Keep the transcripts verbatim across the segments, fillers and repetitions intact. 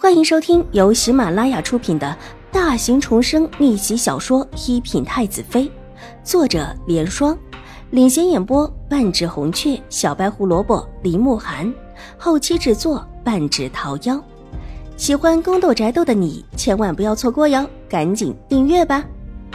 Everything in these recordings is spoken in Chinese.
欢迎收听由喜马拉雅出品的大型重生逆袭小说《一品太子妃》，作者莲霜，领衔演播半指红雀、小白胡萝卜、林慕寒，后期制作半指桃夭。喜欢宫斗宅斗的你千万不要错过哟，赶紧订阅吧。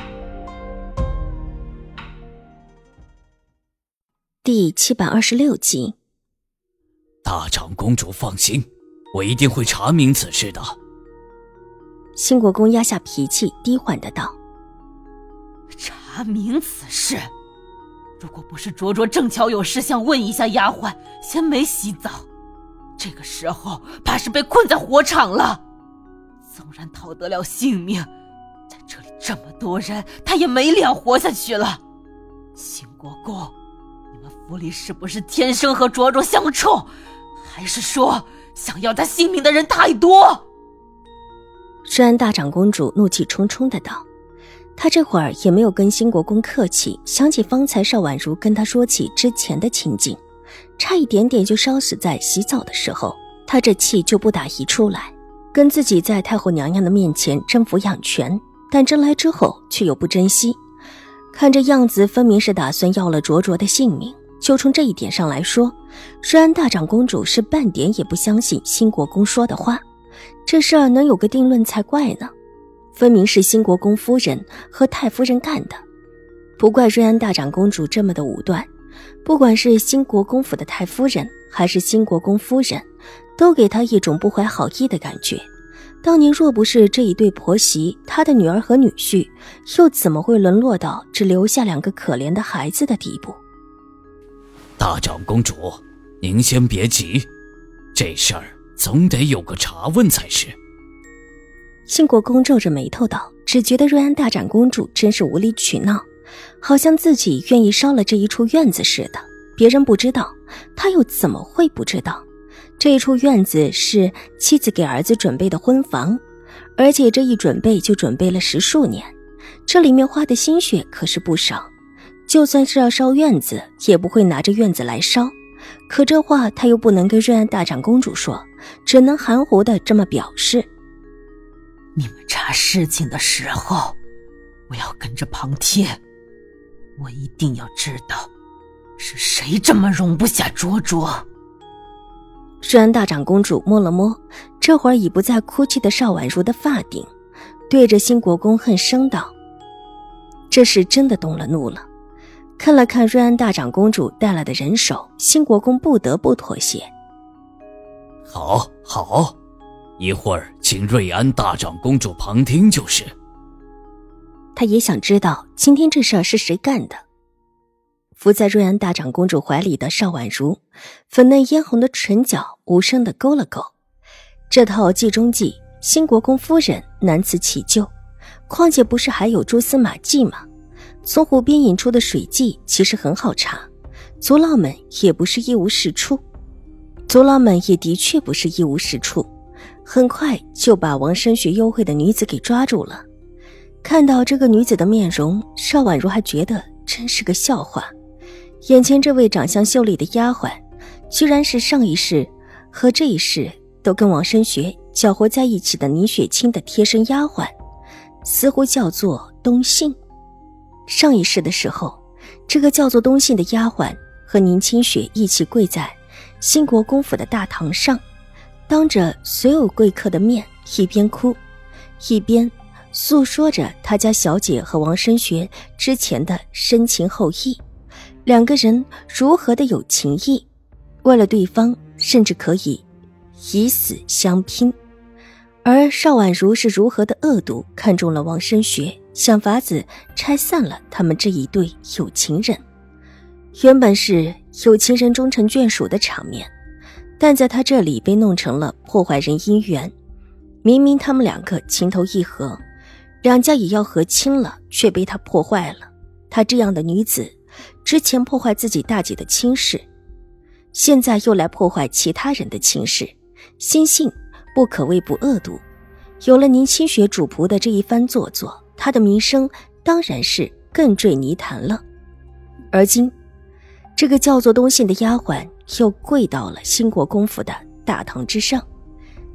第七百二十六集。 大长公主放心，我一定会查明此事的。 新国公压下脾气，低缓的道： 查明此事？如果不是卓卓正巧有事想问一下丫鬟，先没洗澡，这个时候怕是被困在火场了。纵然讨得了性命，在这里这么多人，他也没脸活下去了。新国公，你们府里是不是天生和卓卓相冲，还是说想要他性命的人太多？ 虽然大长公主怒气冲冲的道，她这会儿也没有跟新国公客气，想起方才邵婉如跟她说起之前的情景，差一点点就烧死在洗澡的时候，她这气就不打一处来，跟自己在太后娘娘的面前争抚养权，但争来之后却又不珍惜，看这样子分明是打算要了卓卓的性命。就从这一点上来说，虽然大长公主是半点也不相信新国公说的话，这事儿能有个定论才怪呢。分明是新国公夫人和太夫人干的，不怪瑞安大长公主这么的武断。不管是新国公府的太夫人还是新国公夫人，都给她一种不怀好意的感觉。当年若不是这一对婆媳，她的女儿和女婿又怎么会沦落到只留下两个可怜的孩子的地步？ 大长公主，您先别急，这事儿总得有个查问才是。 新国公皱着眉头道，只觉得瑞安大长公主真是无理取闹，好像自己愿意烧了这一处院子似的。别人不知道，他又怎么会不知道？这一处院子是妻子给儿子准备的婚房，而且这一准备就准备了十数年，这里面花的心血可是不少。就算是要烧院子，也不会拿着院子来烧。可这话他又不能跟瑞安大长公主说，只能含糊的这么表示。 你们查事情的时候，我要跟着旁听，我一定要知道是谁这么容不下卓卓。 瑞安大长公主摸了摸这会儿已不再哭泣的邵婉如的发顶，对着新国公恨声道：这是真的动了怒了。看了看瑞安大长公主带来的人手，新国公不得不妥协。 好好，一会儿请瑞安大长公主旁听就是。 他也想知道今天这事儿是谁干的。伏在瑞安大长公主怀里的邵婉如，粉嫩嫣红的唇角无声地勾了勾。这套计中计，新国公夫人难辞其咎，况且不是还有蛛丝马迹吗？从湖边引出的水迹其实很好查，族老们也不是一无是处，族老们也的确不是一无是处，很快就把王升学幽会的女子给抓住了。看到这个女子的面容，邵婉如还觉得真是个笑话。眼前这位长相秀丽的丫鬟，居然是上一世和这一世都跟王升学搅和在一起的倪雪清的贴身丫鬟，似乎叫做东信。上一世的时候，这个叫做东信的丫鬟和宁清雪一起跪在新国公府的大堂上，当着所有贵客的面，一边哭一边诉说着他家小姐和王升学之前的深情厚谊，两个人如何的有情谊，为了对方甚至可以以死相拼。而邵婉如是如何的恶毒看中了王升学，想法子拆散了他们这一对有情人。原本是有情人终成眷属的场面，但在他这里被弄成了破坏人姻缘。明明他们两个情投意合，两家也要和亲了，却被他破坏了。她这样的女子，之前破坏自己大姐的亲事，现在又来破坏其他人的亲事，心性不可谓不恶毒。有了宁清雪主仆的这一番做作，她的名声当然是更坠泥潭了。而今这个叫做东信的丫鬟又跪到了新国公府的大堂之上，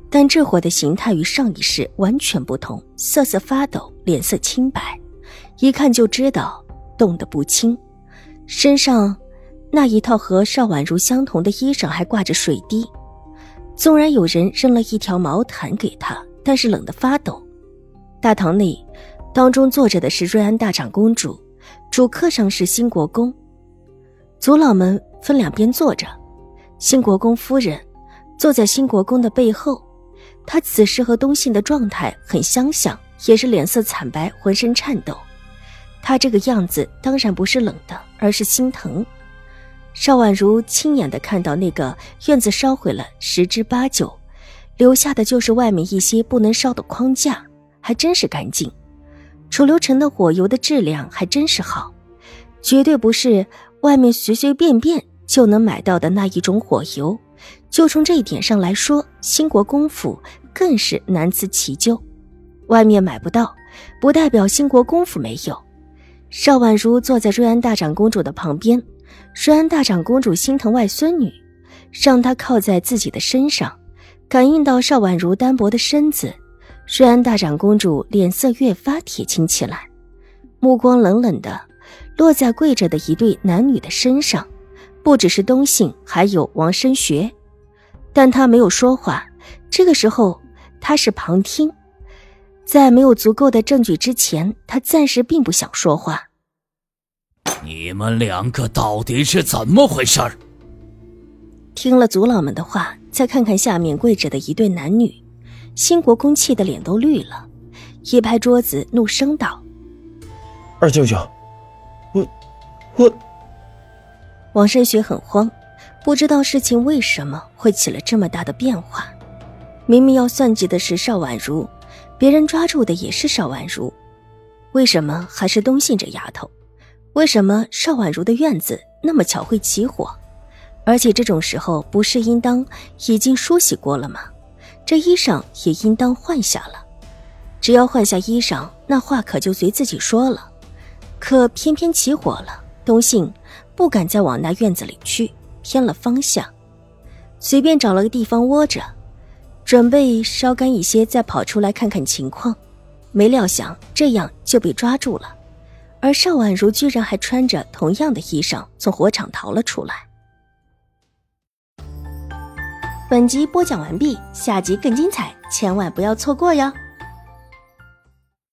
但这火的形态与上一世完全不同，瑟瑟发抖，脸色青白，一看就知道冻得不轻。身上那一套和邵婉如相同的衣裳还挂着水滴，纵然有人扔了一条毛毯给他，但是冷得发抖。大堂内当中坐着的是瑞安大长公主，主客上是新国公。族老们分两边坐着，新国公夫人坐在新国公的背后，她此时和东信的状态很相像，也是脸色惨白，浑身颤抖。她这个样子当然不是冷的，而是心疼。邵婉如亲眼地看到那个院子烧毁了十之八九，留下的就是外面一些不能烧的框架，还真是干净。楚留臣的火油的质量还真是好，绝对不是外面随随便便就能买到的那一种火油。就从这一点上来说，兴国公府更是难辞其咎。外面买不到，不代表兴国公府没有。邵婉如坐在瑞安大长公主的旁边，瑞安大长公主心疼外孙女，让她靠在自己的身上，感应到邵婉如单薄的身子，瑞安大长公主脸色越发铁青起来，目光冷冷的落在跪着的一对男女的身上，不只是东信，还有王申学。但她没有说话，这个时候她是旁听，在没有足够的证据之前，她暂时并不想说话。 你们两个到底是怎么回事？ 听了族老们的话，再看看下面跪着的一对男女，新国公气的脸都绿了，一拍桌子怒声道： 二舅舅，我我王申学很慌，不知道事情为什么会起了这么大的变化。明明要算计的是邵婉如，别人抓住的也是邵婉如，为什么还是东信这丫头？为什么邵婉如的院子那么巧会起火？而且这种时候不是应当已经梳洗过了吗？这衣裳也应当换下了。只要换下衣裳，那话可就随自己说了。可偏偏起火了，东信不敢再往那院子里去，偏了方向，随便找了个地方窝着，准备烧干一些再跑出来看看情况。没料想这样就被抓住了，而邵婉如居然还穿着同样的衣裳从火场逃了出来。本集播讲完毕，下集更精彩，千万不要错过哟。